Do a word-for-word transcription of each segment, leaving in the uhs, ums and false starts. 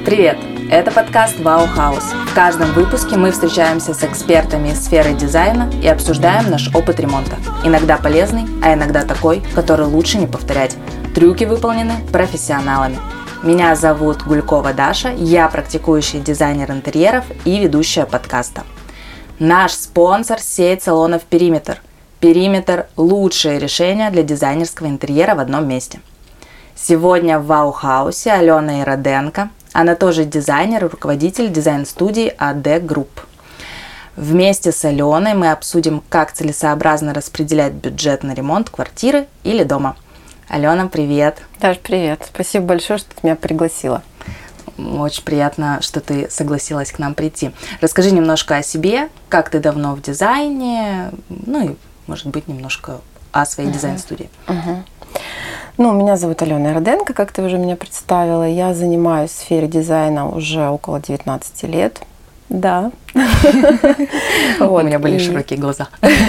Привет! Это подкаст «Вау Хаус». В каждом выпуске мы встречаемся с экспертами из сферы дизайна и обсуждаем наш опыт ремонта. Иногда полезный, а иногда такой, который лучше не повторять. Трюки выполнены профессионалами. Меня зовут Гулькова Даша, я практикующий дизайнер интерьеров и ведущая подкаста. Наш спонсор – сеть салонов «Периметр». «Периметр» – лучшее решение для дизайнерского интерьера в одном месте. Сегодня в Вау Хаусе Алена Ироденко. Она тоже дизайнер и руководитель дизайн-студии эй ди Group. Вместе с Аленой мы обсудим, как целесообразно распределять бюджет на ремонт квартиры или дома. Алена, привет! Даш, привет! Спасибо большое, что ты меня пригласила. Очень приятно, что ты согласилась к нам прийти. Расскажи немножко о себе, как ты давно в дизайне, ну и, может быть, немножко о своей uh-huh. дизайн-студии. Uh-huh. Ну, меня зовут Алена Ироденко, как ты уже меня представила. Я занимаюсь в сфере дизайна уже около девятнадцати лет. Да. У меня были широкие глаза.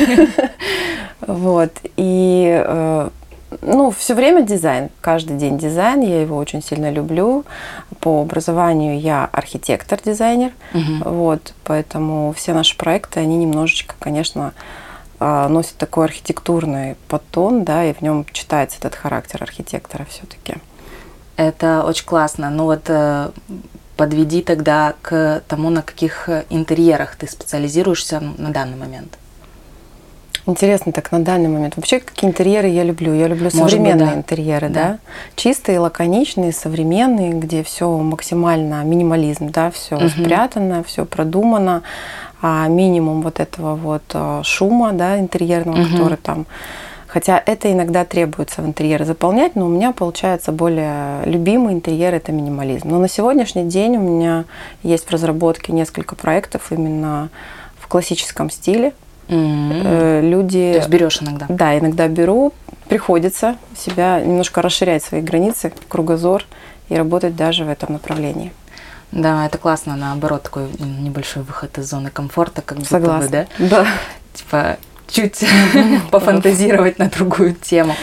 Вот. И, ну, все время дизайн. Каждый день дизайн. Я его очень сильно люблю. По образованию я архитектор-дизайнер. Вот. Поэтому все наши проекты, они немножечко, конечно, носит такой архитектурный подтон, да, и в нем читается этот характер архитектора все-таки. Это очень классно. Ну вот подведи тогда к тому, на каких интерьерах ты специализируешься на данный момент. Интересно, так на данный момент. Вообще, какие интерьеры я люблю? Я люблю современные быть, да. интерьеры, да. да, чистые, лаконичные, современные, где все максимально минимализм, да, все угу. спрятано, все продумано. А минимум вот этого вот шума, да, интерьерного, uh-huh. который там... Хотя это иногда требуется в интерьере заполнять, но у меня получается более любимый интерьер – это минимализм. Но на сегодняшний день у меня есть в разработке несколько проектов именно в классическом стиле. Mm-hmm. Люди... То есть берешь иногда? Да, иногда беру. Приходится себя немножко расширять свои границы, кругозор и работать даже в этом направлении. Да, это классно, наоборот, такой небольшой выход из зоны комфорта, как будто Согласна. бы, да? Да. Типа чуть пофантазировать на другую тему.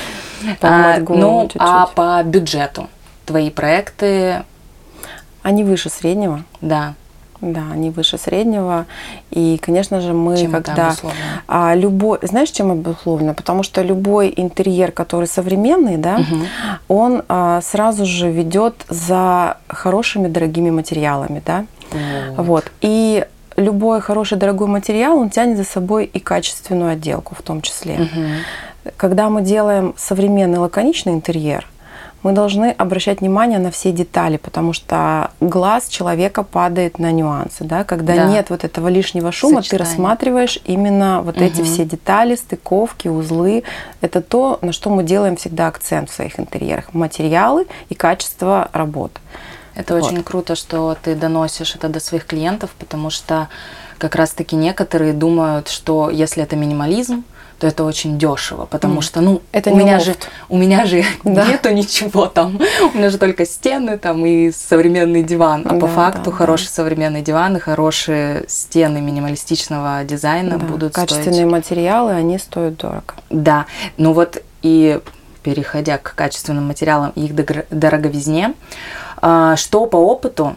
Ну, а по бюджету твои проекты? Они выше среднего. Да. Да, они выше среднего. И, конечно же, мы чем когда... А, любой, знаешь, чем обусловлено? Потому что любой интерьер, который современный, да, угу. он а, сразу же ведет за хорошими дорогими материалами, да. Вот. Вот. И любой хороший дорогой материал, он тянет за собой и качественную отделку в том числе. Угу. Когда мы делаем современный лаконичный интерьер, мы должны обращать внимание на все детали, потому что глаз человека падает на нюансы. Да? Когда да. нет вот этого лишнего шума, Сочетание. Ты рассматриваешь именно вот угу. эти все детали, стыковки, узлы. Это то, на что мы делаем всегда акцент в своих интерьерах. Материалы и качество работ. Это вот. Очень круто, что ты доносишь это до своих клиентов, потому что как раз-таки некоторые думают, что если это минимализм, то это очень дешево, потому mm. что, ну, это у, не меня же, у меня же да. нету ничего там, у меня же только стены там и современный диван, а да, по факту да, хороший да. современный диван и хорошие стены минималистичного дизайна да. будут Качественные стоить... материалы, они стоят дорого. Да, ну вот и переходя к качественным материалам и их дороговизне, что по опыту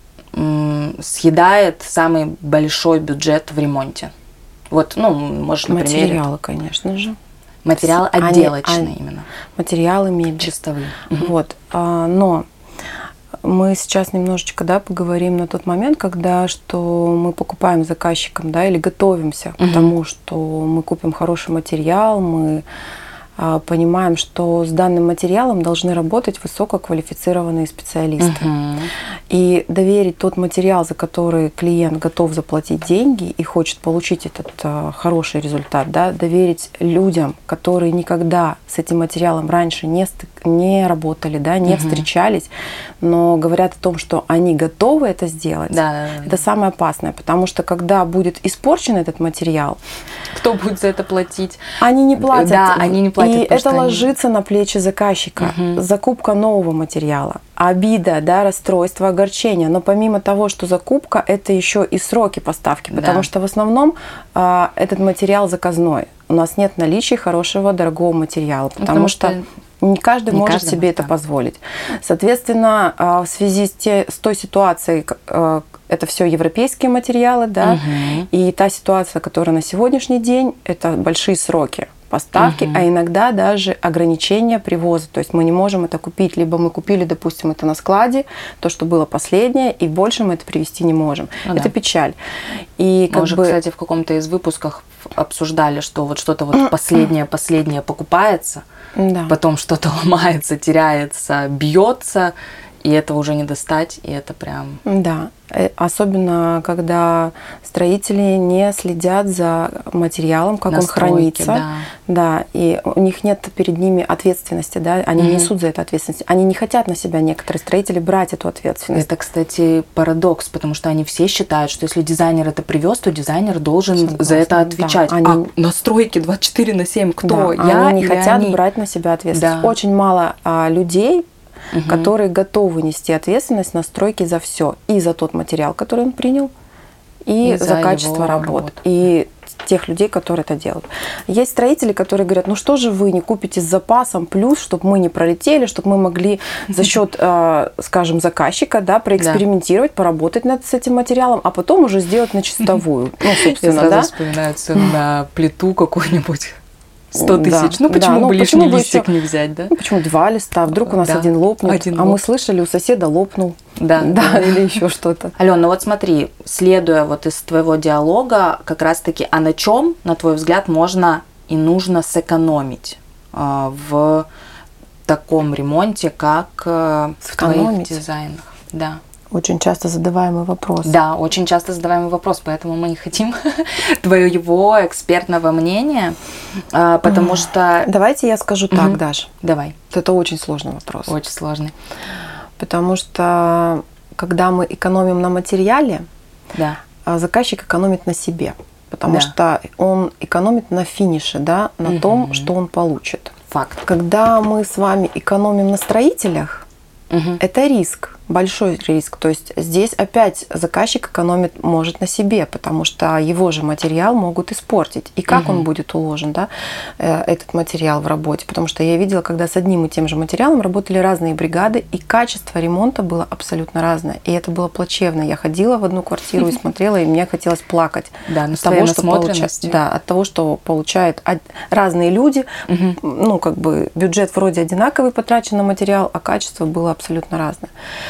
съедает самый большой бюджет в ремонте? Вот, ну, может, на примере. Материалы, конечно же. Материалы отделочные они, именно. Материалы мебель. Чистовые. Вот. А, но мы сейчас немножечко, да, поговорим на тот момент, когда что мы покупаем заказчикам, да, или готовимся uh-huh. к тому, что мы купим хороший материал, мы а, понимаем, что с данным материалом должны работать высококвалифицированные специалисты. Uh-huh. И доверить тот материал, за который клиент готов заплатить деньги и хочет получить этот а, хороший результат, да, доверить людям, которые никогда с этим материалом раньше не, не работали, да, не uh-huh. встречались, но говорят о том, что они готовы это сделать, да, да, да. это самое опасное, потому что когда будет испорчен этот материал, кто будет за это платить? Они не платят. Да, они не платят. И это ложится они... на плечи заказчика. Uh-huh. Закупка нового материала. Обида, да, расстройство, огорчение. Но помимо того, что закупка, это еще и сроки поставки, потому да. что в основном а, этот материал заказной. У нас нет наличия хорошего, дорогого материала, потому, потому что... что Не каждый Не может каждый себе может, это да. позволить. Соответственно, в связи с, те, с той ситуацией, это все европейские материалы, да, Угу. и та ситуация, которая на сегодняшний день, это большие сроки поставки, Мгм. а иногда даже ограничения привоза. То есть мы не можем это купить, либо мы купили, допустим, это на складе, то, что было последнее, и больше мы это привезти не можем. Ну это да. печаль. И Мы как уже, бы... кстати, в каком-то из выпусков обсуждали, что вот что-то вот последнее-последнее покупается, Да. потом что-то ломается, теряется, бьется, и это уже не достать, и это прям... Да, Э, особенно когда строители не следят за материалом, как он Настройки, хранится. да. Да, и у них нет перед ними ответственности, да, они Мгм. несут за это ответственность. Они не хотят на себя, некоторые строители, брать эту ответственность. Это, кстати, парадокс, потому что они все считают, что если дизайнер это привез, то дизайнер должен Согласна, за это да. отвечать. Они- А настройки двадцать четыре на семь кто? Да, Я они не или хотят они? брать на себя ответственность. Да. Очень мало а, людей, Мгм. которые готовы нести ответственность на стройке за все. И за тот материал, который он принял, и, И за за качество его работ. работу. И тех людей, которые это делают. Есть строители, которые говорят, ну что же вы не купите с запасом плюс, чтобы мы не пролетели, чтобы мы могли за счет, э, скажем, заказчика, да, проэкспериментировать, поработать над с этим материалом, а потом уже сделать на чистовую. Ну, Я собственно, сразу да. вспоминаю цену на плиту какую-нибудь. сто Да, тысяч. Ну да, почему ну, бы почему лишний бы листик ещё- не взять, да? Ну, почему два листа? Вдруг у нас Да, один лопнет, один а мы лопнет. слышали, у соседа лопнул. Да, Да, да. или еще что-то. Алён, ну вот смотри, следуя вот из твоего диалога, как раз-таки, а на чем, на твой взгляд, можно и нужно сэкономить а, в таком ремонте, как а, в твоих Сэкономить? дизайнах? Да. Очень часто задаваемый вопрос. Да, очень часто задаваемый вопрос, поэтому мы и хотим твоего экспертного мнения, а, потому что... Давайте я скажу так, Мгм. Даш. Давай, Это очень сложный вопрос. очень сложный. Потому что когда мы экономим на материале, Да. а заказчик экономит на себе. Потому Да. что он экономит на финише, да, на Мгм. том, что он получит. Факт. Когда мы с вами экономим на строителях, Мгм. это риск, большой риск. То есть здесь опять заказчик экономит, может, на себе, потому что его же материал могут испортить. И как Мгм. он будет уложен, да, э, этот материал в работе. Потому что я видела, когда с одним и тем же материалом работали разные бригады, и качество ремонта было абсолютно разное. И это было плачевно. Я ходила в одну квартиру и смотрела, и мне хотелось плакать. Да, ну, От с твоей того, что получа- насмотренностью. да, от того, что получают од- разные люди. Мгм. Ну, как бы бюджет вроде одинаковый потрачен на материал, а качество было абсолютно разное.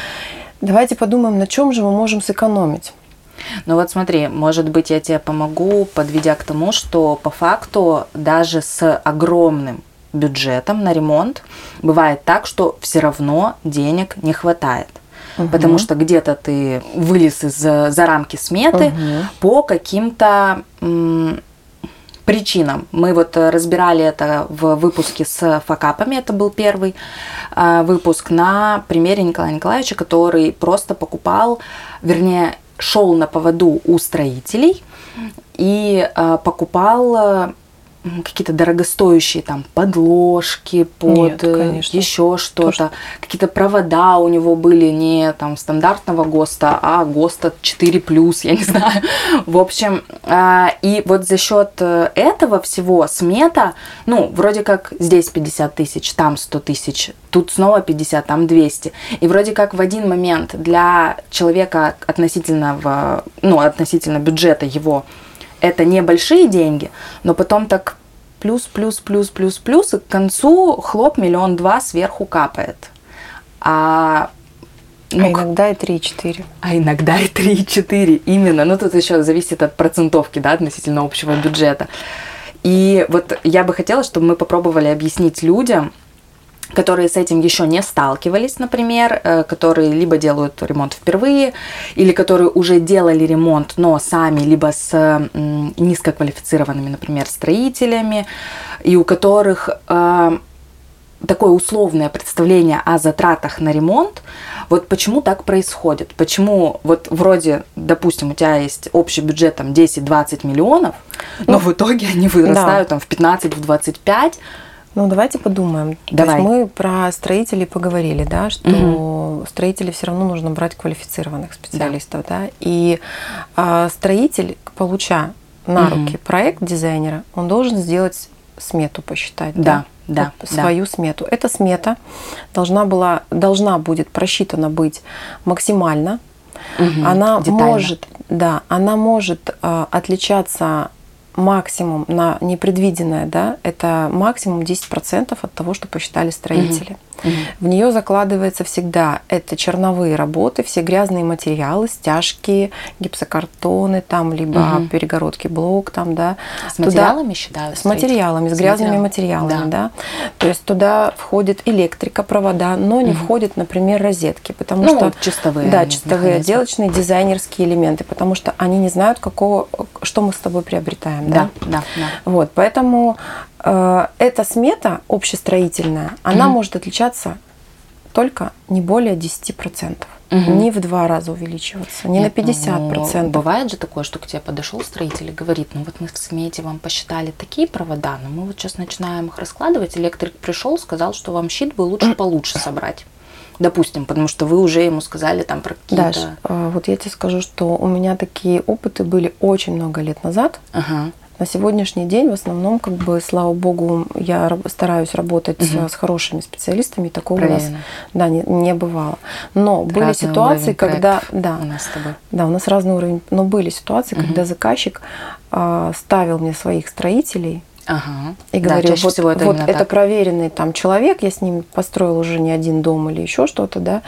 Давайте подумаем, на чем же мы можем сэкономить. Ну вот смотри, может быть, я тебе помогу, подведя к тому, что по факту даже с огромным бюджетом на ремонт бывает так, что все равно денег не хватает. Мгм. Потому что где-то ты вылез из за рамки сметы Мгм. по каким-то м, причинам. Мы вот э, разбирали это в выпуске с факапами, это был первый э, выпуск, на примере Николая Николаевича, который просто покупал, вернее, шел на поводу у строителей и э, покупал э, м, какие-то дорогостоящие там подложки под Нет, конечно. еще что-то, какие-то провода у него были не там стандартного ГОСТа, а ГОСТа четыре плюс, я не знаю. В общем, э, и вот за счет этого всего смета, ну, вроде как здесь пятьдесят тысяч, там сто тысяч, тут снова пятьдесят, там двести. И вроде как в один момент для человека относительного, ну, относительно бюджета его это небольшие деньги, но потом так плюс, плюс, плюс, плюс, плюс, и к концу хлоп миллион два сверху капает. А, ну, а иногда и три-четыре. а иногда и три-четыре, именно. Ну, тут еще зависит от процентовки, да, относительно общего бюджета. И вот я бы хотела, чтобы мы попробовали объяснить людям, которые с этим еще не сталкивались, например, э, которые либо делают ремонт впервые, или которые уже делали ремонт, но сами, либо с м, низкоквалифицированными, например, строителями, и у которых э, такое условное представление о затратах на ремонт. Вот почему так происходит? Почему вот вроде, допустим, у тебя есть общий бюджет там десять-двадцать миллионов, но Ну, в итоге они вырастают там в пятнадцать-двадцать пять. Ну, давайте подумаем. Давай. То есть мы про строителей поговорили, да, что Мгм. строителей все равно нужно брать квалифицированных специалистов, да. И а, строитель, получа на Мгм. руки проект дизайнера, он должен сделать смету посчитать. Да, да. Вот да свою да. смету. Эта смета должна была, должна будет просчитана быть максимально. Угу, она детально. может, да, она может а, отличаться максимум на непредвиденное, да, это максимум десять процентов от того, что посчитали строители. Угу. Угу. В нее закладывается всегда это черновые работы, все грязные материалы, стяжки, гипсокартоны, там, либо угу. перегородки блок, там, да. С материалами считают? С материалами, с, с грязными материалами, материалами да. да. То есть туда входит электрика, провода, но не угу. входит, например, розетки, потому ну, что чистовые, да, чистовые, отделочные, дизайнерские элементы, потому что они не знают, какого, что мы с тобой приобретаем. Да, да, да. да. Вот, поэтому э, эта смета общестроительная, она угу. может отличаться только не более десять процентов. Угу. Не в два раза увеличиваться, не Нет, на пятьдесят процентов. Ну, бывает же такое, что к тебе подошел строитель и говорит, ну вот мы в смете вам посчитали такие провода, но мы вот сейчас начинаем их раскладывать, электрик пришел, сказал, что вам щит бы лучше получше собрать. Допустим, потому что вы уже ему сказали там про какие-то... Даш, вот я тебе скажу, что у меня такие опыты были очень много лет назад. Ага. На сегодняшний день в основном, как бы, слава богу, я стараюсь работать угу. с, с хорошими специалистами, такого Правильно. у нас да, не, не бывало. Но Это были ситуации, когда... Да, у нас с тобой. Да, у нас разный уровень, но были ситуации, угу. когда заказчик а, ставил мне своих строителей, Ага. и говорил, да, вот, всего это, вот это так. проверенный там человек, я с ним построил уже не один дом или еще что-то, да.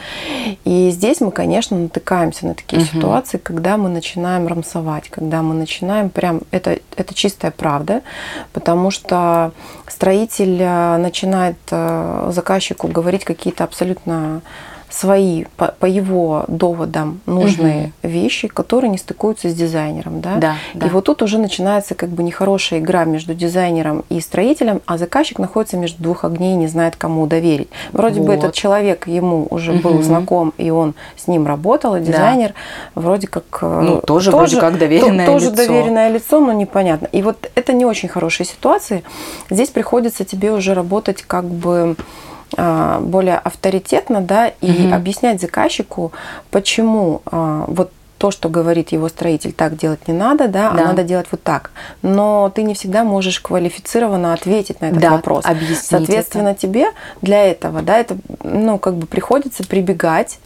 И здесь мы, конечно, натыкаемся на такие угу. ситуации, когда мы начинаем рамсовать, когда мы начинаем прям, это, это чистая правда, потому что строитель начинает заказчику говорить какие-то абсолютно свои, по, по его доводам, нужные угу. вещи, которые не стыкуются с дизайнером. Да? Да, да. И вот тут уже начинается как бы нехорошая игра между дизайнером и строителем, а заказчик находится между двух огней и не знает, кому доверить. Вроде вот. бы этот человек ему уже угу. был знаком, и он с ним работал, а дизайнер да. вроде как... Ну, тоже, тоже вроде как доверенное то, лицо. Тоже доверенное лицо, но непонятно. И вот это не очень хорошие ситуации. Здесь приходится тебе уже работать как бы более авторитетно, да, и угу. объяснять заказчику, почему а, вот то, что говорит его строитель, так делать не надо, да, да, а надо делать вот так. Но ты не всегда можешь квалифицированно ответить на этот да, вопрос. Соответственно, это. тебе для этого, да, это, ну, как бы приходится прибегать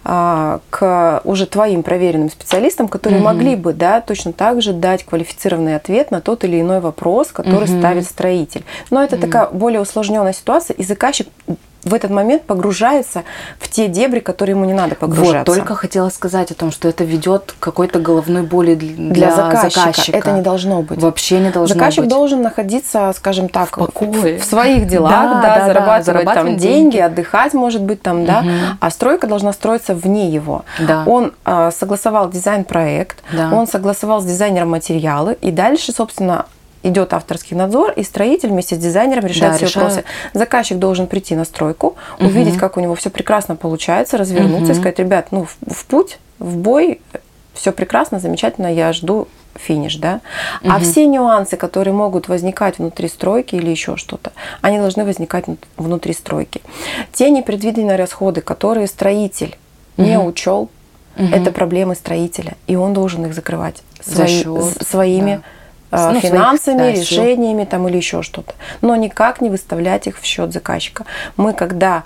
а, к уже твоим проверенным специалистам, которые угу. могли бы, да, точно так же дать квалифицированный ответ на тот или иной вопрос, который угу. ставит строитель. Но это угу. такая более усложненная ситуация, и заказчик в этот момент погружается в те дебри, которые ему не надо погружаться. Вот, только хотела сказать о том, что это ведет к какой-то головной боли для, для заказчика. заказчика. Это не должно быть. Вообще не должно Заказчик быть. должен находиться, скажем так, в, в, в своих делах, да, да, да, зарабатывать, да, зарабатывать там деньги, деньги, отдыхать, может быть, там, угу. да, а стройка должна строиться вне его. Да. Он а, согласовал дизайн-проект, да. он согласовал с дизайнером материалы, и дальше, собственно, идет авторский надзор, и строитель вместе с дизайнером решает да, все решаю. вопросы. Заказчик должен прийти на стройку, угу. увидеть, как у него все прекрасно получается, развернуться угу. и сказать: ребят, ну в, в путь, в бой, все прекрасно, замечательно, я жду финиш, да. Угу. А все нюансы, которые могут возникать внутри стройки или еще что-то, они должны возникать внутри стройки. Те непредвиденные расходы, которые строитель угу. не учел, угу. это проблемы строителя, и он должен их закрывать свои, своими да. Ну, финансами, своих, да, решениями там, или еще что-то. Но никак не выставлять их в счет заказчика. Мы, когда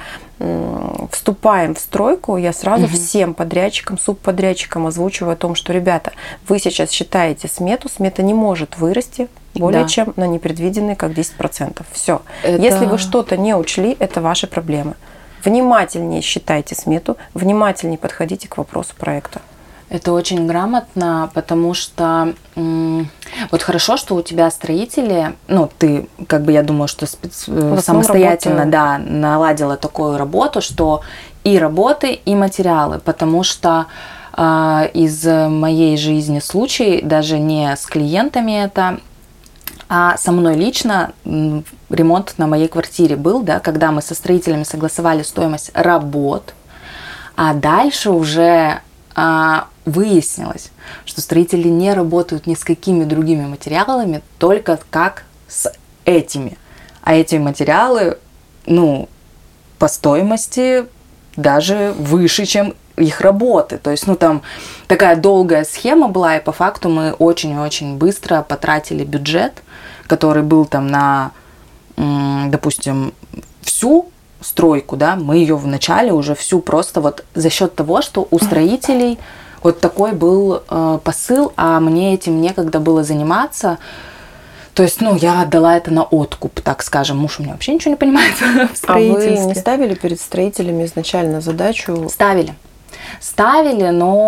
м, вступаем в стройку, я сразу угу. всем подрядчикам, субподрядчикам озвучиваю о том, что, ребята, вы сейчас считаете смету, смета не может вырасти более да. чем на непредвиденные, как десять процентов. Все. Это... Если вы что-то не учли, это ваши проблемы. Внимательнее считайте смету, внимательнее подходите к вопросу проекта. Это очень грамотно, потому что м, вот хорошо, что у тебя строители, ну, ты, как бы, я думаю, что спец... самостоятельно да, наладила такую работу, что и работы, и материалы, потому что э, из моей жизни случай, даже не с клиентами это, а со мной лично м, ремонт на моей квартире был, да, когда мы со строителями согласовали стоимость работ, а дальше уже... А, выяснилось, что строители не работают ни с какими другими материалами, только как с этими. А эти материалы, ну, по стоимости даже выше, чем их работы. То есть, ну, там такая долгая схема была, и по факту мы очень-очень быстро потратили бюджет, который был там на допустим, всю стройку, да, мы ее вначале уже всю просто вот за счет того, что у строителей вот такой был э, посыл, а мне этим некогда было заниматься. То есть, ну, я отдала это на откуп, так скажем. Муж у меня вообще ничего не понимает в строительстве. А вы не ставили перед строителями изначально задачу? Ставили. Ставили,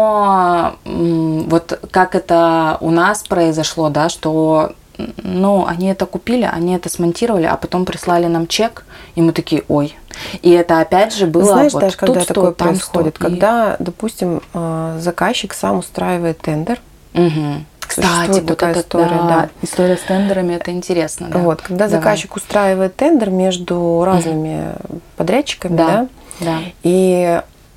но м, вот как это у нас произошло, да, что, ну, они это купили, они это смонтировали, а потом прислали нам чек, и мы такие, ой. И это опять же было... Знаешь, вот даже когда тут такое сто, происходит, сто, и... когда, допустим, заказчик сам устраивает тендер. Угу. Кстати, вот такая это, история, да, да. История с тендерами, это интересно. Да. Вот, когда Давай. заказчик устраивает тендер между разными угу. подрядчиками, да, да, да. и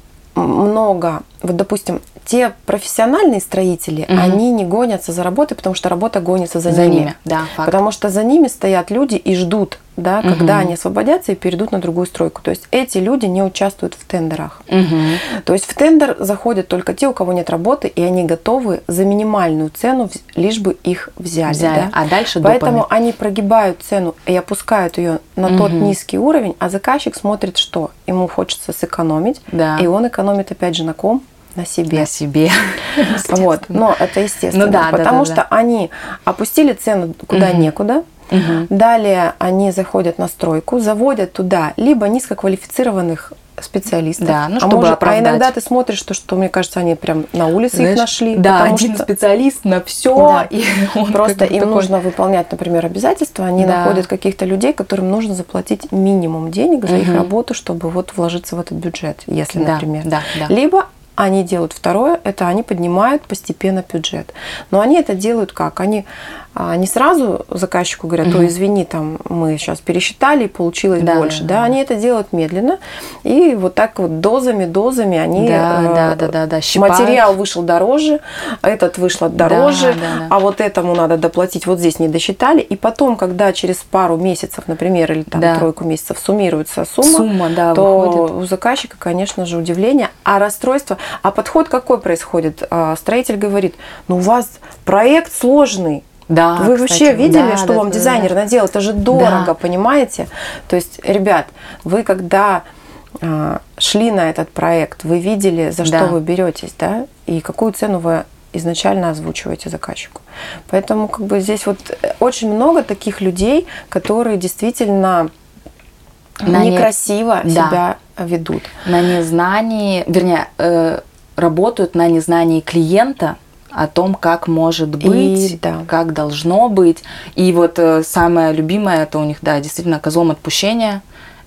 много, вот, допустим, те профессиональные строители, угу. они не гонятся за работой, потому что работа гонится за, за ними. ними. Да, факт. Потому что за ними стоят люди и ждут, да, угу. когда они освободятся и перейдут на другую стройку. То есть эти люди не участвуют в тендерах. Угу. То есть в тендер заходят только те, у кого нет работы, и они готовы за минимальную цену, лишь бы их взяли. взяли. Да? А дальше Поэтому допами. они прогибают цену и опускают ее на угу. тот низкий уровень, а заказчик смотрит, что ему хочется сэкономить, да. и он экономит опять же на ком? На себе. На себе. Вот. Но это естественно. Ну, да, потому да, да, что да. они опустили цену куда угу. некуда. Угу. Далее они заходят на стройку, заводят туда либо низкоквалифицированных специалистов. Да, ну, а, чтобы может, оправдать. А иногда ты смотришь, то, что, мне кажется, они прям на улице Знаешь, их нашли. Да, один что... специалист на все. Да. И он Просто им такой... нужно выполнять, например, обязательства. Они да. находят каких-то людей, которым нужно заплатить минимум денег за угу. их работу, чтобы вот вложиться в этот бюджет, если, да, например. Да, да. Либо они делают второе, это они поднимают постепенно бюджет. Но они это делают как? Они не сразу заказчику говорят, угу. ой, извини, там мы сейчас пересчитали и получилось да, больше. Да, да, они это делают медленно. И вот так вот дозами, дозами они... Да, э, да, да, да, да, материал вышел дороже, этот вышел дороже, да, да, да. а вот этому надо доплатить, вот здесь не досчитали. И потом, когда через пару месяцев, например, или там да. тройку месяцев суммируется сумма, сумма да, то выходит. У заказчика, конечно же, удивление. А расстройство... А подход какой происходит? Строитель говорит, ну у вас проект сложный. Да, Вы кстати, вообще видели, да, что да, вам да, дизайнер да. наделал? Это же дорого, да. понимаете? То есть, ребят, вы когда а, шли на этот проект, вы видели, за что да. вы беретесь, да? И какую цену вы изначально озвучиваете заказчику. Поэтому как бы здесь вот очень много таких людей, которые действительно на некрасиво не... себя да. ведут. На незнании, вернее, э, работают на незнании клиента, о том, как может быть, и, да. как должно быть. И вот э, самое любимое, это у них, да, действительно, козлом отпущения,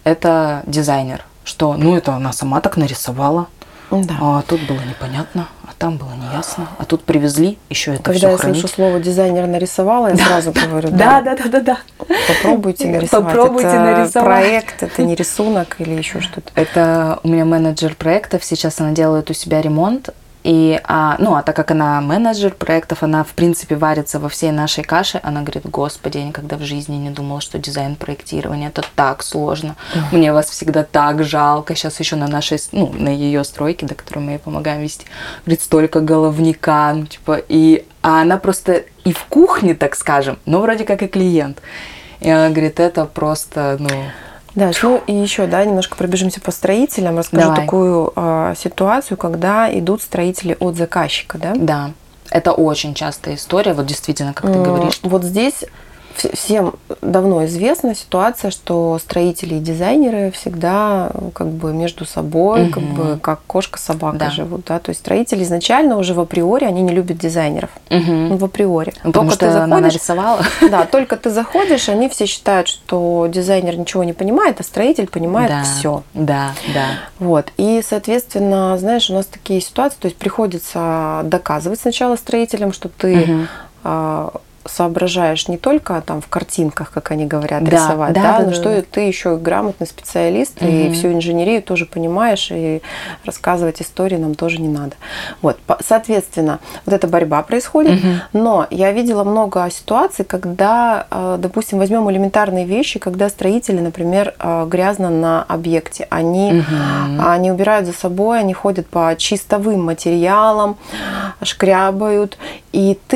это дизайнер. Что, ну, это она сама так нарисовала, да. а тут было непонятно, а там было неясно, а тут привезли, еще это Когда все я хранить. слышу слово дизайнер нарисовала, я да. сразу говорю, да, да, да, да, да. Попробуйте нарисовать. Попробуйте это нарисовать. Проект, это не рисунок или еще что-то. Это у меня менеджер проектов, сейчас она делает у себя ремонт. И, а, ну, а так как она менеджер проектов, она, в принципе, варится во всей нашей каше, она говорит, господи, я никогда в жизни не думала, что дизайн проектирования это так сложно. Mm-hmm. Мне вас всегда так жалко. Сейчас еще на нашей, ну, на ее стройке, до которой мы ей помогаем вести, говорит, столько головника, ну, типа, и а она просто и в кухне, так скажем, но вроде как и клиент. И она говорит, это просто, ну... Да, ну и еще, да, немножко пробежимся по строителям. Расскажу Давай. такую э, ситуацию, когда идут строители от заказчика, да? Да, это очень частая история, вот действительно, как ты mm, говоришь. Вот здесь всем давно известна ситуация, что строители и дизайнеры всегда как бы между собой, угу. как бы как кошка-собака да. живут, да. То есть строители изначально уже в априори они не любят дизайнеров, угу. ну, в априори. Ну, потому только что ты заходишь, она нарисовала. Да, только ты заходишь, они все считают, что дизайнер ничего не понимает, а строитель понимает да. все. Да, да. Вот и соответственно, знаешь, у нас такие ситуации, то есть приходится доказывать сначала строителям, что ты угу. а, соображаешь не только там в картинках, как они говорят, да, рисовать, да, да, да, но да, что да. ты еще грамотный специалист, угу. и всю инженерию тоже понимаешь, и рассказывать истории нам тоже не надо. Вот, соответственно, вот эта борьба происходит, угу. но я видела много ситуаций, когда, допустим, возьмем элементарные вещи, когда строители, например, грязно на объекте, они, угу. они убирают за собой, они ходят по чистовым материалам, шкрябают, и ты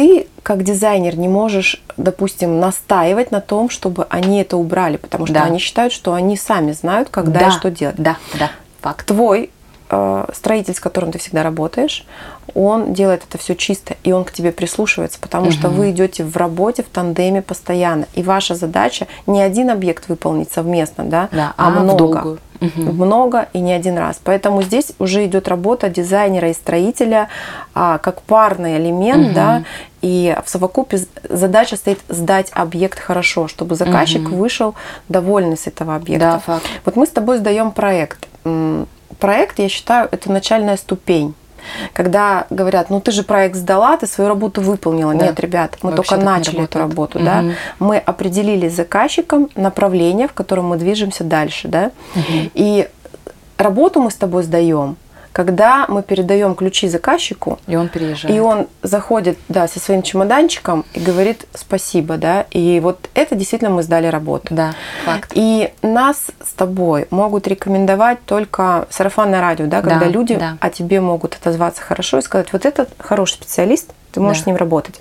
как дизайнер не можешь, допустим, настаивать на том, чтобы они это убрали, потому что да. они считают, что они сами знают, когда да. и что делать. Да, да, факт. Твой э, строитель, с которым ты всегда работаешь, он делает это все чисто, и он к тебе прислушивается, потому угу. что вы идете в работе, в тандеме постоянно, и ваша задача не один объект выполнить совместно, да, да а, а много. Угу. Много и не один раз. Поэтому здесь уже идет работа дизайнера и строителя а, как парный элемент, угу. да, и в совокупе задача стоит сдать объект хорошо, чтобы заказчик угу. вышел довольный с этого объекта. Да, факт. Вот мы с тобой сдаем проект. Проект, я считаю, это начальная ступень. Когда говорят, ну ты же проект сдала, ты свою работу выполнила. Да. Нет, ребят, мы вообще только начали эту работу. Угу. Да? Мы определили с заказчиком направление, в котором мы движемся дальше. Да? Угу. И работу мы с тобой сдаем, когда мы передаем ключи заказчику, и он переезжает. И он заходит, да, со своим чемоданчиком и говорит спасибо, да, и вот это действительно мы сдали работу. Да, факт. И нас с тобой могут рекомендовать только сарафанное радио, да, когда да, люди да. о тебе могут отозваться хорошо и сказать, вот этот хороший специалист, ты можешь да. с ним работать.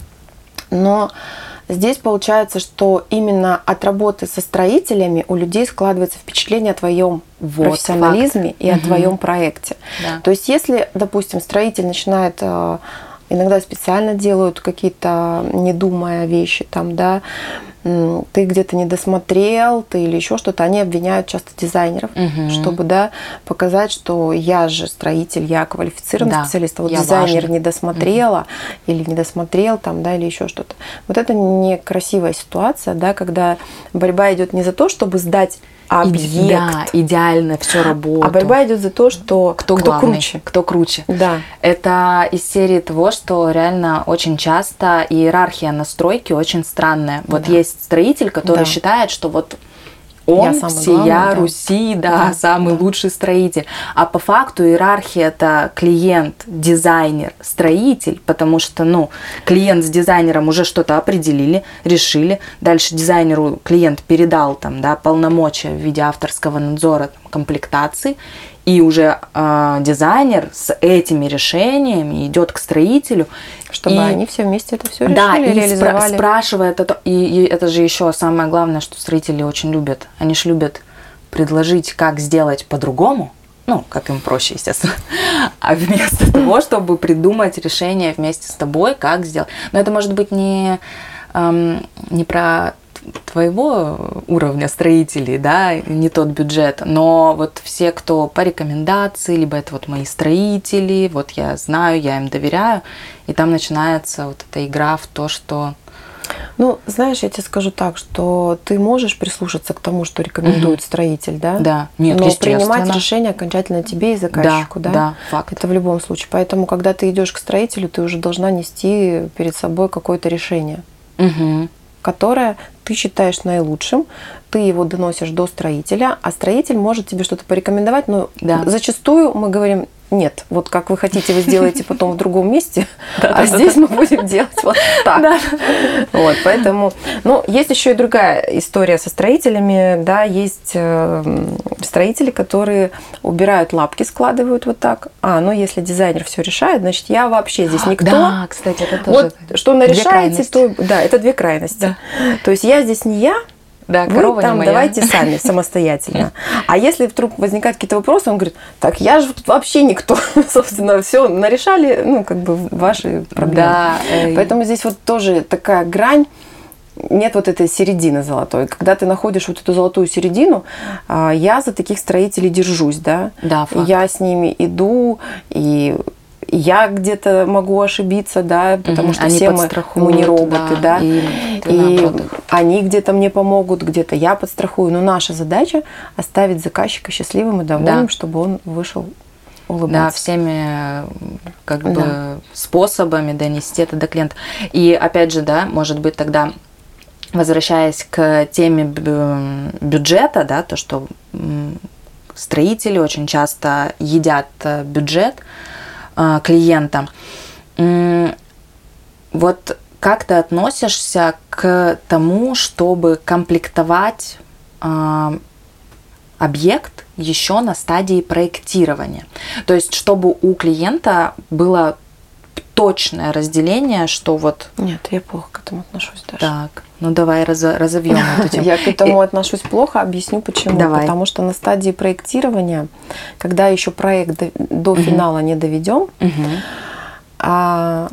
Но здесь получается, что именно от работы со строителями у людей складывается впечатление о твоем вот, профессионализме факт. И угу. о твоем проекте. Да. То есть, если, допустим, строитель начинает, иногда специально делают какие-то, не думая, вещи, там, да, ты где-то не досмотрел, ты или еще что-то, они обвиняют часто дизайнеров, угу. чтобы, да, показать, что я же строитель, я квалифицированный да, специалист, а вот дизайнер важен. Не досмотрела угу. или не досмотрел, там, да, или еще что-то. Вот это некрасивая ситуация, да, когда борьба идет не за то, чтобы сдать объект. Да, идеально все работает. А борьба идет за то, что кто, кто главный, круче. Кто круче. Да. Это из серии того, что реально очень часто иерархия на стройке очень странная. Вот да. есть строитель, который да. считает, что вот он всея Руси, да, да, самый да. лучший строитель. А по факту иерархия это клиент, дизайнер, строитель, потому что, ну, клиент с дизайнером уже что-то определили, решили. Дальше дизайнеру клиент передал там, да, полномочия в виде авторского надзора, там, комплектации. И уже э, дизайнер с этими решениями идет к строителю. Чтобы и, они все вместе это все решили, да, и реализовали. Спра- спрашивает это. И, и это же еще самое главное, что строители очень любят. Они же любят предложить, как сделать по-другому. Ну, как им проще, естественно. А вместо того, чтобы придумать решение вместе с тобой, как сделать. Но это может быть не, эм, не про твоего уровня строителей, да, не тот бюджет, но вот все, кто по рекомендации, либо это вот мои строители, вот я знаю, я им доверяю, и там начинается вот эта игра в то, что... Ну, знаешь, я тебе скажу так, что ты можешь прислушаться к тому, что рекомендует угу. строитель, да? Да, нет, но принимать решение окончательно тебе и заказчику, да? Да, да, факт. Это в любом случае. Поэтому, когда ты идешь к строителю, ты уже должна нести перед собой какое-то решение. Угу. Которое ты считаешь наилучшим, ты его доносишь до строителя, а строитель может тебе что-то порекомендовать, но да. зачастую мы говорим, нет, вот как вы хотите, вы сделаете потом в другом месте, а здесь мы будем делать вот так. Вот, поэтому, ну, есть еще и другая история со строителями, да, есть строители, которые убирают лапки, складывают вот так, а, ну, если дизайнер все решает, значит, я вообще здесь никто. Да, кстати, это тоже. Вот, что нарешаете, то, да, это две крайности. То есть я здесь не я, да, вы там давайте сами, самостоятельно. А если вдруг возникают какие-то вопросы, он говорит, так я же тут вообще никто. Собственно, все нарешали, ну, как бы ваши проблемы. Да. Поэтому здесь вот тоже такая грань, нет вот этой середины золотой. Когда ты находишь вот эту золотую середину, я за таких строителей держусь, да. Да, факт. Я с ними иду, и... Я где-то могу ошибиться, да, потому угу. что они все мы, мы не роботы, да, да? и, и они где-то мне помогут, где-то я подстрахую. Но наша задача оставить заказчика счастливым и довольным, да. чтобы он вышел улыбаться. Да, всеми как бы да. способами донести это до клиента. И опять же, да, может быть тогда, возвращаясь к теме бюджета, да, то, что строители очень часто едят бюджет клиента. Вот как ты относишься к тому, чтобы комплектовать э, объект еще на стадии проектирования? То есть, чтобы у клиента было точное разделение, что вот... Нет, я плохо к этому отношусь даже. Так, ну давай раз, разовьем эту тему. Я к этому отношусь плохо, объясню почему. Давай. Потому что на стадии проектирования, когда еще проект до, до Угу. финала не доведем, Угу. а,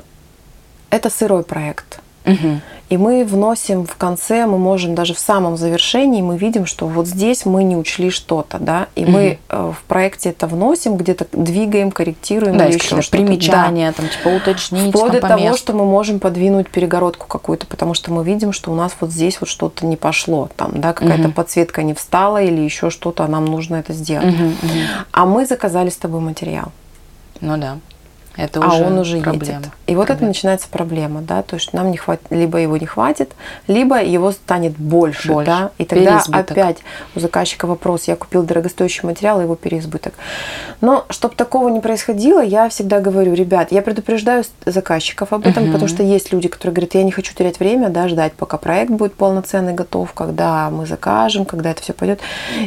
это сырой проект. Угу. И мы вносим в конце, мы можем даже в самом завершении, мы видим, что вот здесь мы не учли что-то, да, и Угу. мы в проекте это вносим, где-то двигаем, корректируем, Да, или есть еще какие-то что-то. примечания, Да. там, типа уточнить, Вплоть там, до по того, месту. что мы можем подвинуть перегородку какую-то, потому что мы видим, что у нас вот здесь вот что-то не пошло, там, да, какая-то Мгм. подсветка не встала или еще что-то, а нам нужно это сделать. Мгм, мгм. А мы заказали с тобой материал. Ну да. Это А уже он уже проблема. едет. И вот это Проблема. начинается проблема, да, то есть нам не хватит, либо его не хватит, либо его станет больше, Больше. да, и тогда Переизбыток. опять у заказчика вопрос: я купил дорогостоящий материал, его переизбыток. Но чтобы такого не происходило, я всегда говорю: ребят, я предупреждаю заказчиков об этом, Мгм. потому что есть люди, которые говорят: я не хочу терять время, да, ждать, пока проект будет полноценный, готов, когда мы закажем, когда это все пойдет.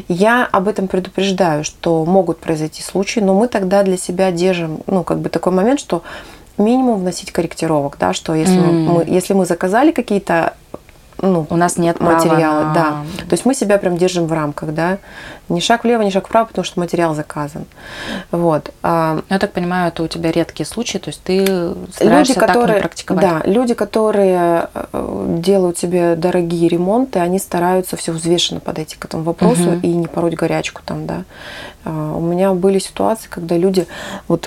Я об этом предупреждаю, что могут произойти случаи, но мы тогда для себя держим, ну, как бы такой момент, что минимум вносить корректировок, да, что если, М. мы, если мы заказали какие-то, ну, У нас нет права материалы, на- да, то есть мы себя прям держим в рамках, да, ни шаг влево, ни шаг вправо, потому что материал заказан, вот. А Я так понимаю, это у тебя редкие случаи, то есть ты стараешься люди, так которые, не практиковать. да, люди, которые э, делают себе дорогие ремонты, они стараются все взвешенно подойти к этому вопросу Мгм. и не пороть горячку там, да. А, У меня были ситуации, когда люди вот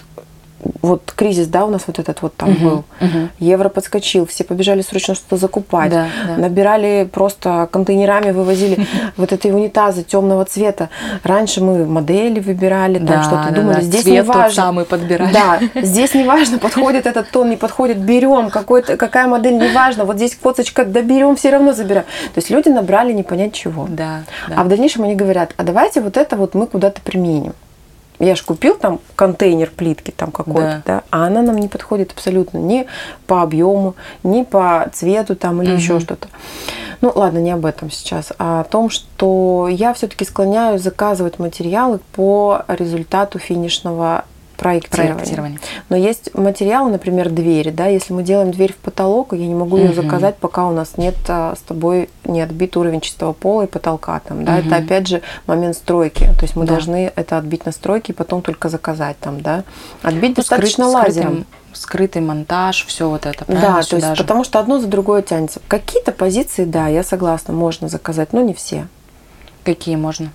вот кризис, да, у нас вот этот вот там Мгм, был. мгм. Евро подскочил, все побежали срочно что-то закупать. Да, да. Набирали просто контейнерами, вывозили вот эти унитазы темного цвета. Раньше мы модели выбирали, там Да, что-то да, думали. да. Здесь Цвет не тот важно. самый подбирали. Да, здесь не важно, подходит этот тон, не подходит, берем. Какой-то, какая модель, не важно. Вот здесь косточка, да берем, все равно забираем. То есть люди набрали не понять чего. Да, да. А в дальнейшем они говорят: а давайте вот это вот мы куда-то применим. Я же купил там контейнер плитки там какой-то, Да. да, а она нам не подходит абсолютно ни по объему, ни по цвету там или Мгм. еще что-то. Ну ладно, не об этом сейчас, а о том, что я все-таки склоняюсь заказывать материалы по результату финишного проектирования. Проектирование. Но есть материалы, например, двери, да, если мы делаем дверь в потолок, я не могу ее Мгм. заказать, пока у нас нет а, с тобой не отбит уровень чистого пола и потолка там, да, Мгм. это опять же момент стройки, то есть мы Да. должны это отбить на стройке и потом только заказать там, да, отбить Ну, достаточно скрыт- лазером. скрытый, скрытый монтаж, все вот это, правильно? Да, то есть Сюда же. потому что одно за другое тянется. Какие-то позиции, да, я согласна, можно заказать, но не все. Какие можно?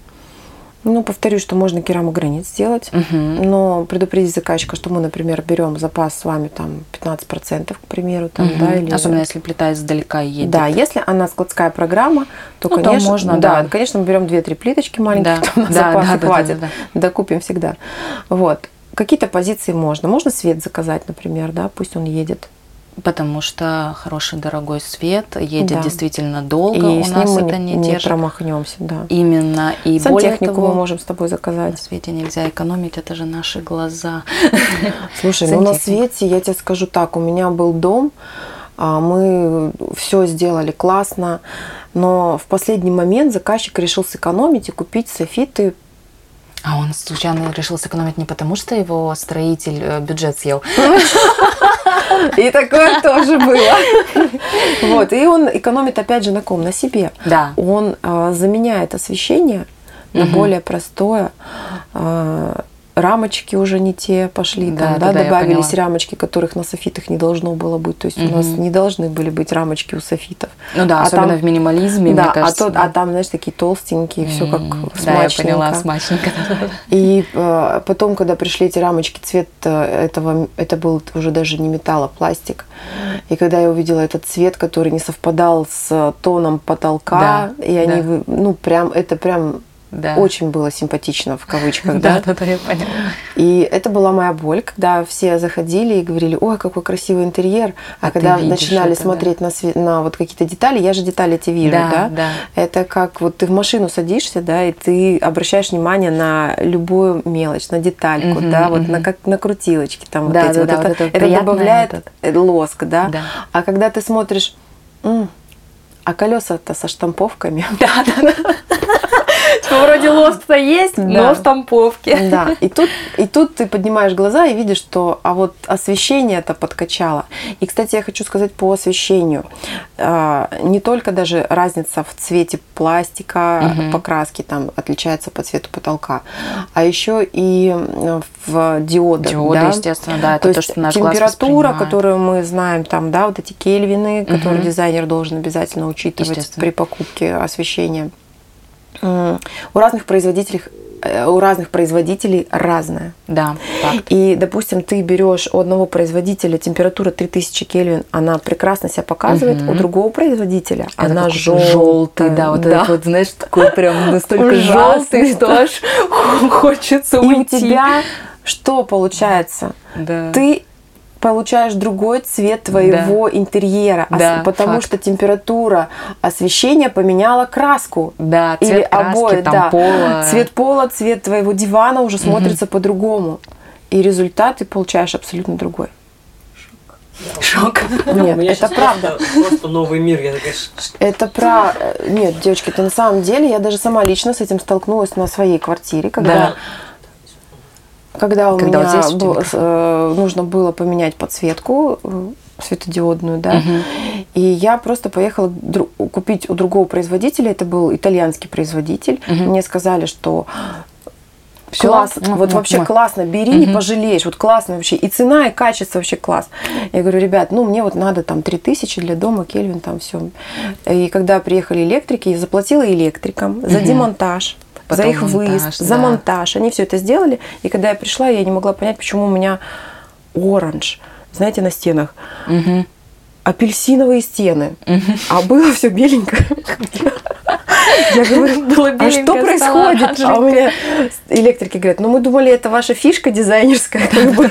Ну, повторюсь, что можно керамогранит сделать, Мгм. но предупредить заказчика, что мы, например, берем запас с вами там пятнадцать процентов, к примеру, там, Мгм. да, или... Особенно если плита издалека едет. Да, если она складская программа, то, Ну, то конечно, можно, да, да. конечно, мы берем две-три плиточки маленьких, Да, там на да, запас да, да, хватит, да, докупим всегда. Вот. Какие-то позиции можно. Можно свет заказать, например, да, пусть он едет. Потому что хороший дорогой свет едет Да. действительно долго, И у с нас ним мы это не, не, не держит. промахнемся, да. Именно. И более Сантехнику того, мы можем с тобой на заказать. свете нельзя экономить, это же наши глаза. Слушай, ну на Сантехнику. свете, я тебе скажу так, у меня был дом, а, мы все сделали классно, но в последний момент заказчик решил сэкономить и купить софиты. А он случайно решил сэкономить не потому, что его строитель э, бюджет съел. И такое тоже было. Вот, и он экономит опять же на ком? На себе. Да. Он а, заменяет освещение на Мгм. более простое. а, Рамочки уже не те пошли, Да, там, да, да, да, я добавились поняла. рамочки, которых на софитах не должно было быть. То есть Мгм. у нас не должны были быть рамочки у софитов. Ну да, А особенно там- в минимализме, Да, мне кажется. а, то- а там, знаешь, такие толстенькие, все как М, смачненько. Да, я поняла, смачненько. И э, потом, когда пришли эти рамочки, цвет э, этого, это был уже даже не металл, а пластик. И когда я увидела этот цвет, который не совпадал с тоном потолка, Да, и они, да. вы- ну, прям, это прям Да. очень было симпатично, в кавычках, Да, да. да, да, я поняла. И это была моя боль, когда все заходили и говорили: ой, какой красивый интерьер. А, А ты когда видишь начинали это, смотреть на, све- на вот какие-то детали, я же детали эти вижу, Да, да? да. Это как вот ты в машину садишься, да, и ты обращаешь внимание на любую мелочь, на детальку, Мгм, да, вот мгм. на как на крутилочки там Да, вот эти. да, вот да, это, вот это это приятное добавляет этот. лоск, да? Да. А когда ты смотришь, «М, а колеса-то со штамповками. Да, да, да. Вроде лост-то есть, но в штамповке. Да, и тут, и тут ты поднимаешь глаза и видишь, что а вот освещение это подкачало. И, кстати, я хочу сказать по освещению. Не только даже разница в цвете пластика, угу. покраски там отличается по цвету потолка, а еще и в диодах. Диоды, да? естественно, да, это то, то есть что наш температура, глаз которую мы знаем, там, да, вот эти кельвины, угу. которые дизайнер должен обязательно учитывать при покупке освещения. У разных производителей у разных производителей разная. Да, факт. И, допустим, ты берешь у одного производителя температура три тысячи Кельвин, она прекрасно себя показывает, угу. у другого производителя это она желтая. Желтый, да, вот да. этот вот, знаешь, такой прям настолько желтый, что аж хочется уйти. И у тебя что получается? Да. Ты получаешь другой цвет твоего да. интерьера, да, потому факт. Что температура освещения поменяла краску. Да, цвет или краски, обои, там, да. пола. Цвет пола, цвет твоего дивана уже угу. смотрится по-другому. И результат ты получаешь абсолютно другой. Шок. Нет, это правда. Просто новый мир. Я такая... Это про... Нет, девочки, это на самом деле, я даже сама лично с этим столкнулась на своей квартире, когда... Да. Когда у Когда меня вот был, э, нужно было поменять подсветку э, светодиодную, да, угу. и я просто поехала дру- купить у другого производителя, это был итальянский производитель, угу. мне сказали, что Всё? классно, Ну, вот ну, вообще ну. классно, бери, угу. не пожалеешь, вот классно вообще, и цена, и качество вообще класс. Я говорю, ребят, ну мне вот надо там три тысячи для дома, Кельвин, там все. И когда приехали электрики, я заплатила электрикам за угу. демонтаж. Потом за их монтаж, выезд, да. за монтаж. Они все это сделали. И когда я пришла, я не могла понять, почему у меня оранж, знаете, на стенах. Угу. Апельсиновые стены. Угу. А было все беленькое. Я говорю, а что происходит? А у меня электрики говорят, ну мы думали, это ваша фишка дизайнерская.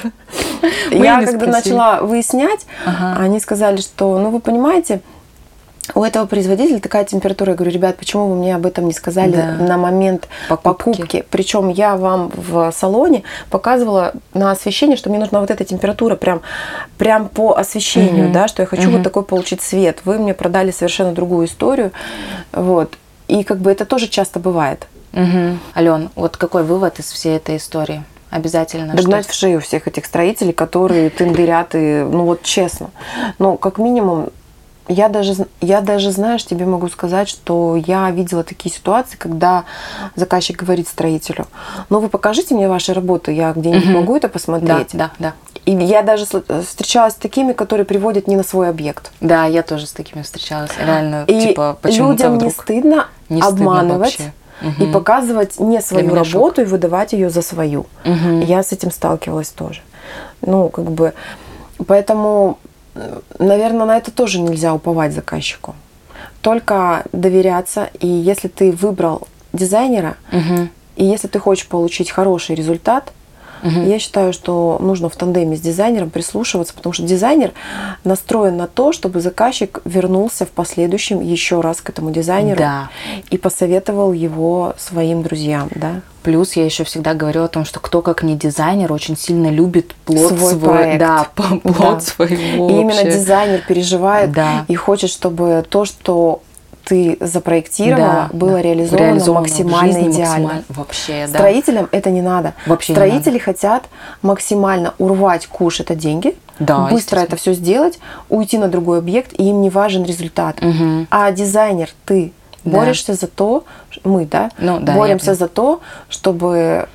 Я когда начала выяснять, они сказали, что, ну вы понимаете, у этого производителя такая температура. Я говорю, ребят, почему вы мне об этом не сказали да. на момент покупки? покупки? Причем я вам в салоне показывала на освещение, что мне нужна вот эта температура прям, прям по освещению, угу. да, что я хочу угу. вот такой получить цвет. Вы мне продали совершенно другую историю. Вот. И как бы это тоже часто бывает. Угу. Ален, вот какой вывод из всей этой истории? Обязательно. Догнать в шею всех этих строителей, которые тындырят, и, ну вот честно. Ну, как минимум, Я даже, я даже, знаешь, тебе могу сказать, что я видела такие ситуации, когда заказчик говорит строителю, ну вы покажите мне ваши работы, я где-нибудь угу. могу это посмотреть. Да, да, да. И я даже встречалась с такими, которые приводят не на свой объект. Да, я тоже с такими встречалась. Реально, и типа, почему-то людям вдруг не стыдно не обманывать стыдно и угу. показывать не свою работу шок. И выдавать ее за свою. Угу. Я с этим сталкивалась тоже. Ну, как бы, поэтому... Наверное, на это тоже нельзя уповать заказчику. Только доверяться. И если ты выбрал дизайнера, угу. и если ты хочешь получить хороший результат, угу. я считаю, что нужно в тандеме с дизайнером прислушиваться, потому что дизайнер настроен на то, чтобы заказчик вернулся в последующем еще раз к этому дизайнеру да. и посоветовал его своим друзьям. Да? Плюс я еще всегда говорю о том, что кто как не дизайнер очень сильно любит плод свой, свой проект. Да, плод да. своего. И именно дизайнер переживает да. и хочет, чтобы то, что ты запроектировала, да, было да. Реализовано, реализовано максимально идеально. Максимально, вообще, да. Строителям это не надо. Вообще Строители не надо. Хотят максимально урвать куш, это деньги, да, быстро это все сделать, уйти на другой объект, и им не важен результат. Угу. А дизайнер, ты да. борешься за то, мы, да, ну, да боремся за то, чтобы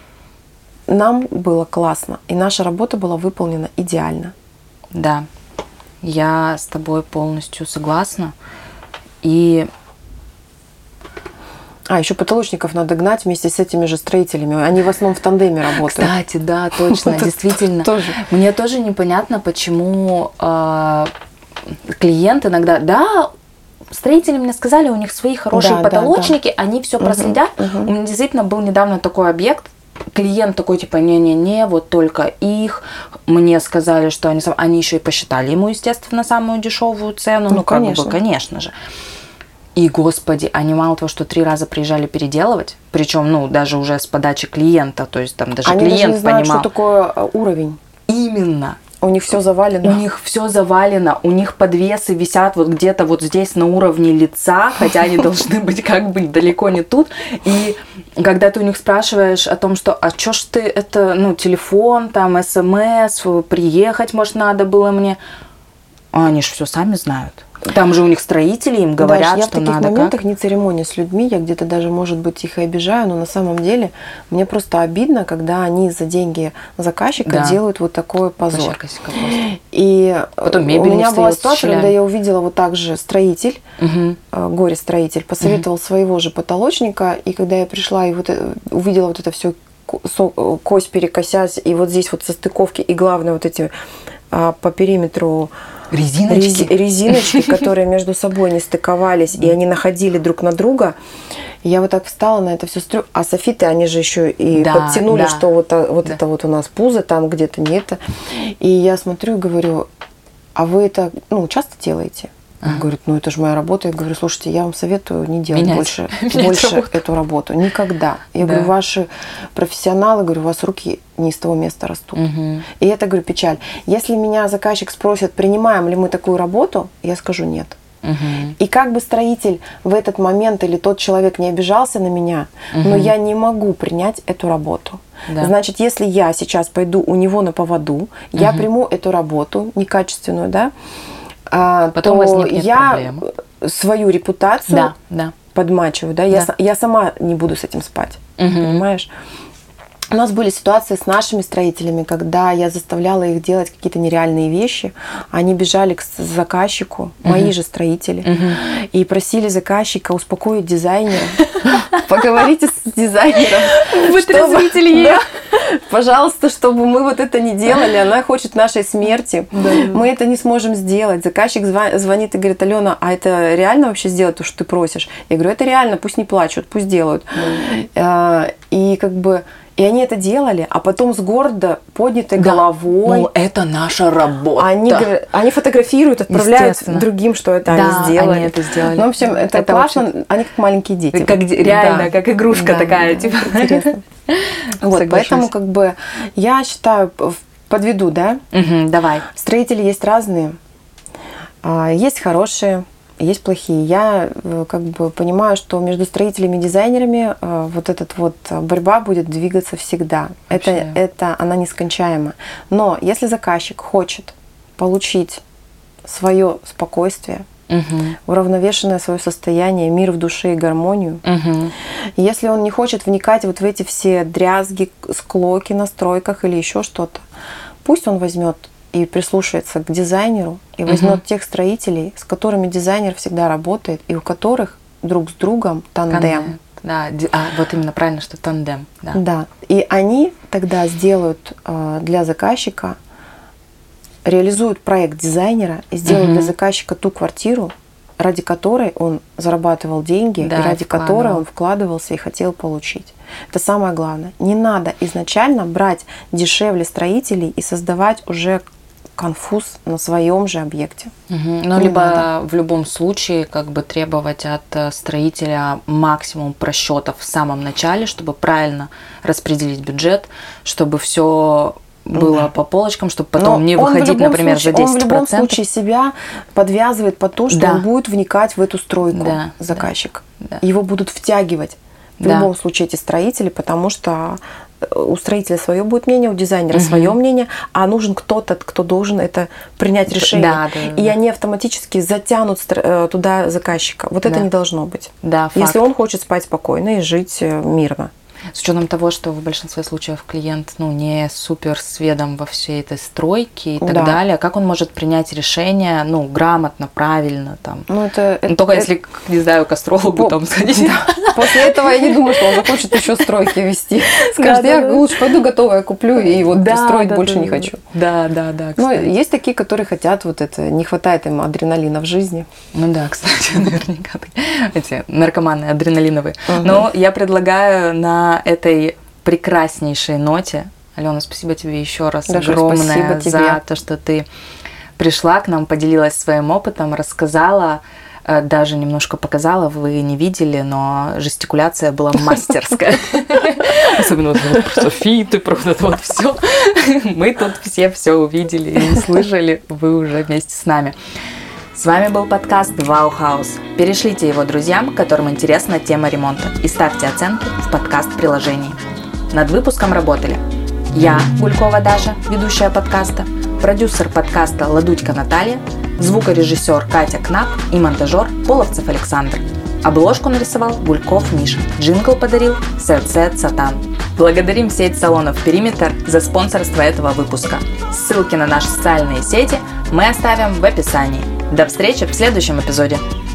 нам было классно, и наша работа была выполнена идеально. Да, я с тобой полностью согласна. И А, еще потолочников надо гнать вместе с этими же строителями. Они в основном в тандеме работают. Кстати, да, точно, действительно. Мне тоже непонятно, почему клиент иногда, да, строители мне сказали, у них свои хорошие потолочники, они все проследят. У меня действительно был недавно такой объект. Клиент такой, типа, не-не-не, вот только их. Мне сказали, что они, они еще и посчитали ему, естественно, самую дешевую цену. Ну, ну конечно. Как бы, конечно же. И, господи, они мало того, что три раза приезжали переделывать, причем, ну, даже уже с подачи клиента, то есть там даже они клиент даже не знают, понимал. Что такое уровень. Именно. У них все завалено. У них все завалено, у них подвесы висят вот где-то вот здесь на уровне лица, хотя они должны быть как бы далеко не тут. И когда ты у них спрашиваешь о том, что а чё ж ты это, ну, телефон, там, смс, приехать, может, надо было мне, а они же все сами знают. Там же у них строители, им говорят, да, что надо. Я в таких моментах как. не церемония с людьми, я где-то даже, может быть, их и обижаю, но на самом деле мне просто обидно, когда они за деньги заказчика да. делают вот такой позор. И потом у меня была ситуация, когда я увидела вот так же строитель, угу. горе-строитель, посоветовал угу. своего же потолочника, и когда я пришла и вот увидела вот это все кость перекосясь, и вот здесь вот состыковки, и главное вот эти по периметру резиночки, Рез, резиночки которые между собой не стыковались, и они находили друг на друга. Я вот так встала на это все стрю. А софиты, они же еще и да, подтянули, да. что вот, вот да. это вот у нас пузо, там где-то не это. И я смотрю и говорю, а вы это ну, часто делаете? Он говорит, ну это же моя работа. Я говорю, слушайте, я вам советую не делать Менять. больше, Менять больше работу. эту работу. Никогда. Я да. говорю, ваши профессионалы, говорю, у вас руки не из того места растут. Угу. И это, говорю, печаль. Если меня заказчик спросит, принимаем ли мы такую работу, я скажу нет. Угу. И как бы строитель в этот момент или тот человек не обижался на меня, угу. но я не могу принять эту работу. Да. Значит, если я сейчас пойду у него на поводу, угу. я приму эту работу некачественную, да, Потом то возникнет я проблема. Свою репутацию да, да. подмачиваю, да? Да. Я, я сама не буду с этим спать, угу. понимаешь? У нас были ситуации с нашими строителями, когда я заставляла их делать какие-то нереальные вещи, они бежали к заказчику, uh-huh. мои же строители, uh-huh. и просили заказчика успокоить дизайнера. Поговорите с дизайнером. Вытрезвитель ее. Пожалуйста, чтобы мы вот это не делали, она хочет нашей смерти. Мы это не сможем сделать. Заказчик звонит и говорит, Алена, а это реально вообще сделать то, что ты просишь? Я говорю, это реально, пусть не плачут, пусть делают. И как бы... И они это делали, а потом с гордо поднятой да. головой. Ну, это наша работа. Они, они фотографируют, отправляют другим, что это да, они сделали. Они это сделали. Ну, в общем, это, это классно. Вообще... Они как маленькие дети. Как, реально, да. как игрушка да, такая. Да, типа. Интересно. Вот, поэтому, как бы, я считаю, подведу, да? Угу, давай. Строители есть разные. Есть хорошие. Есть плохие. Я как бы понимаю, что между строителями и дизайнерами э, вот эта вот борьба будет двигаться всегда. Это, это она нескончаема. Но если заказчик хочет получить свое спокойствие, угу. уравновешенное свое состояние, мир в душе и гармонию, угу. если он не хочет вникать вот в эти все дрязги, склоки на стройках или еще что-то, пусть он возьмет и прислушается к дизайнеру, и возьмет угу. тех строителей, с которыми дизайнер всегда работает, и у которых друг с другом тандем. Да, а, вот именно правильно, что тандем. Да. да. И они тогда сделают э, для заказчика, реализуют проект дизайнера и сделают угу. для заказчика ту квартиру, ради которой он зарабатывал деньги, да, и ради вкладывал. которой он вкладывался и хотел получить. Это самое главное. Не надо изначально брать дешевле строителей и создавать уже конфуз на своем же объекте. Угу. Ну, не либо надо. В любом случае как бы требовать от строителя максимум просчетов в самом начале, чтобы правильно распределить бюджет, чтобы все было да. по полочкам, чтобы потом Но не выходить, например, случае, за десять процентов. Он в любом случае себя подвязывает под то, что да. он будет вникать в эту стройку, да. заказчик. Да. Его будут втягивать в да. любом случае эти строители, потому что у строителя свое будет мнение, у дизайнера угу. свое мнение, а нужен кто-то, кто должен это принять решение. Да, да, да. И они автоматически затянут туда заказчика. Вот да. это не должно быть. Да, если он хочет спать спокойно и жить мирно. С учетом того, что в большинстве случаев клиент ну, не супер сведом во всей этой стройке и так да. далее, как он может принять решение ну, грамотно, правильно? Там? Ну, это, ну, это, только это, если, не знаю, к астрологу по, там сходить. Да. После этого я не думаю, что он захочет еще стройки вести. Скажет, я лучше пойду готовое куплю и вот строить больше не хочу. Да, да, да. Ну, есть такие, которые хотят вот это, не хватает им адреналина в жизни. Ну да, кстати, наверняка эти наркоманы адреналиновые. Но я предлагаю на этой прекраснейшей ноте. Алена, спасибо тебе еще раз Даша, огромное за то, что ты пришла к нам, поделилась своим опытом, рассказала. даже немножко показала, вы не видели, но жестикуляция была мастерская. Особенно вот про Софию, про вот это вот все. Мы тут все все увидели и услышали, вы уже вместе с нами. С вами был подкаст Wow House. Перешлите его друзьям, которым интересна тема ремонта, и ставьте оценки в подкаст-приложении. Над выпуском работали я, Гулькова Даша, ведущая подкаста, продюсер подкаста Ладудько Наталья, звукорежиссер Катя Кнап и монтажер Половцев Александр. Обложку нарисовал Гульков Миша. Джингл подарил Сет-Сет Сатан. Благодарим сеть салонов «Периметр» за спонсорство этого выпуска. Ссылки на наши социальные сети мы оставим в описании. До встречи в следующем эпизоде.